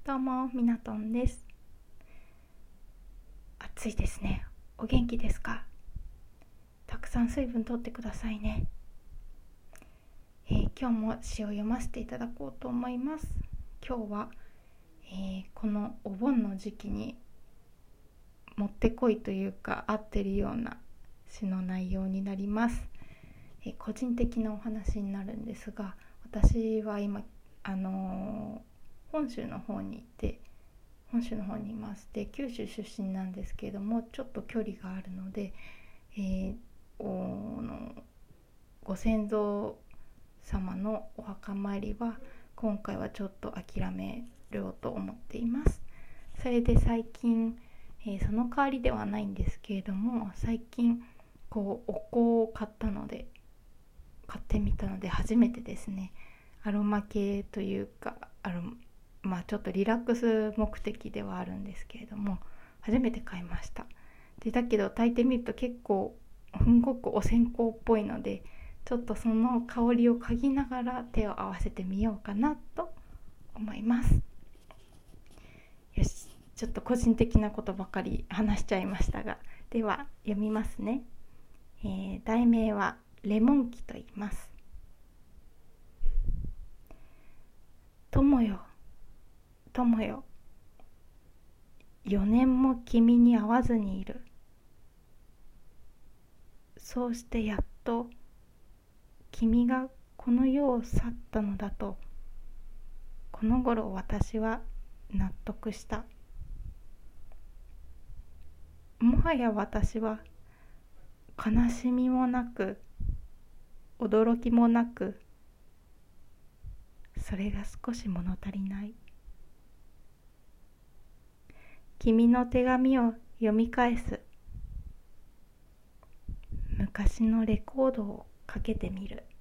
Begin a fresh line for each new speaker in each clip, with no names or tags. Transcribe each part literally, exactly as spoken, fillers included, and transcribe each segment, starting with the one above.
どうも、みなとんです。暑いですね。お元気ですか？たくさん水分とってくださいね。えー、今日も詩を読ませていただこうと思います。今日は、えー、このお盆の時期にもってこいというか合ってるような詩の内容になります。えー、個人的なお話になるんですが、私は今、あのー、本州の方に行って本州の方にいます。で、九州出身なんですけれども、ちょっと距離があるので、えー、おのご先祖様のお墓参りは今回はちょっと諦めようと思っています。それで最近、えー、その代わりではないんですけれども、最近こうお香を買ったので買ってみたので初めてですね、アロマ系というかアロマまあちょっとリラックス目的ではあるんですけれども、初めて買いました。でだけど炊いてみると結構すんごくお線香っぽいので、ちょっとその香りを嗅ぎながら手を合わせてみようかなと思います。よし、ちょっと個人的なことばかり話しちゃいましたが、では読みますね。えー、題名はレモン木と言います。友よ友よ、よねんも君に会わずにいる。そうしてやっと君がこの世を去ったのだと、この頃私は納得した。もはや私は悲しみもなく驚きもなく、それが少し物足りない。君の手紙を読み返す。昔のレコードをかけてみる。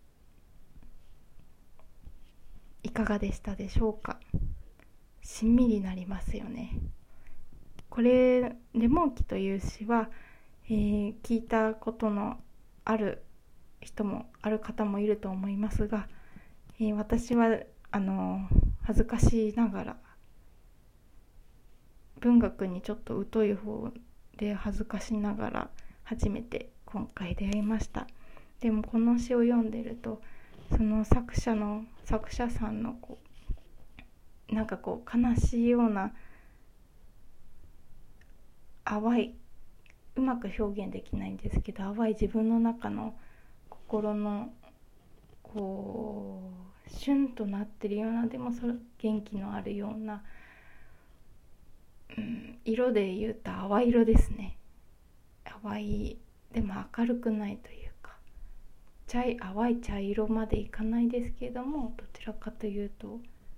いかがでしたでしょうか？しんみりなりますよね。これレモン木という詩は、えー、聞いたことのある人もある方もいると思いますが、えー、私はあの恥ずかしながら文学にちょっと疎い方で恥ずかしながら初めて今回出会いました。でもこの詩を読んでると、その作者の作者さんのこうなんかこう悲しいような淡い、うまく表現できないんですけど、淡い自分の中の心のこうシュンとなってるような、でもそれ元気のあるような、うん、色で言うと淡い色ですね。淡い、でも明るくないというか、茶い淡い茶色までいかないですけれども、どちらかというと、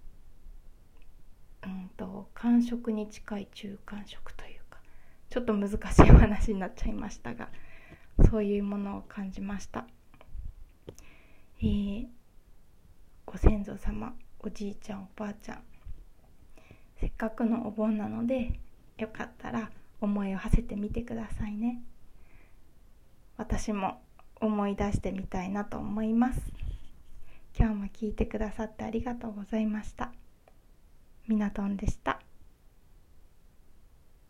うんと寒色に近い中間色というか、ちょっと難しいお話になっちゃいましたが、そういうものを感じました。えー、ご先祖様、おじいちゃんおばあちゃん、せっかくのお盆なのでよかったら思いを馳せてみてくださいね。私も思い出してみたいなと思います。今日も聞いてくださってありがとうございました。みなとんでした。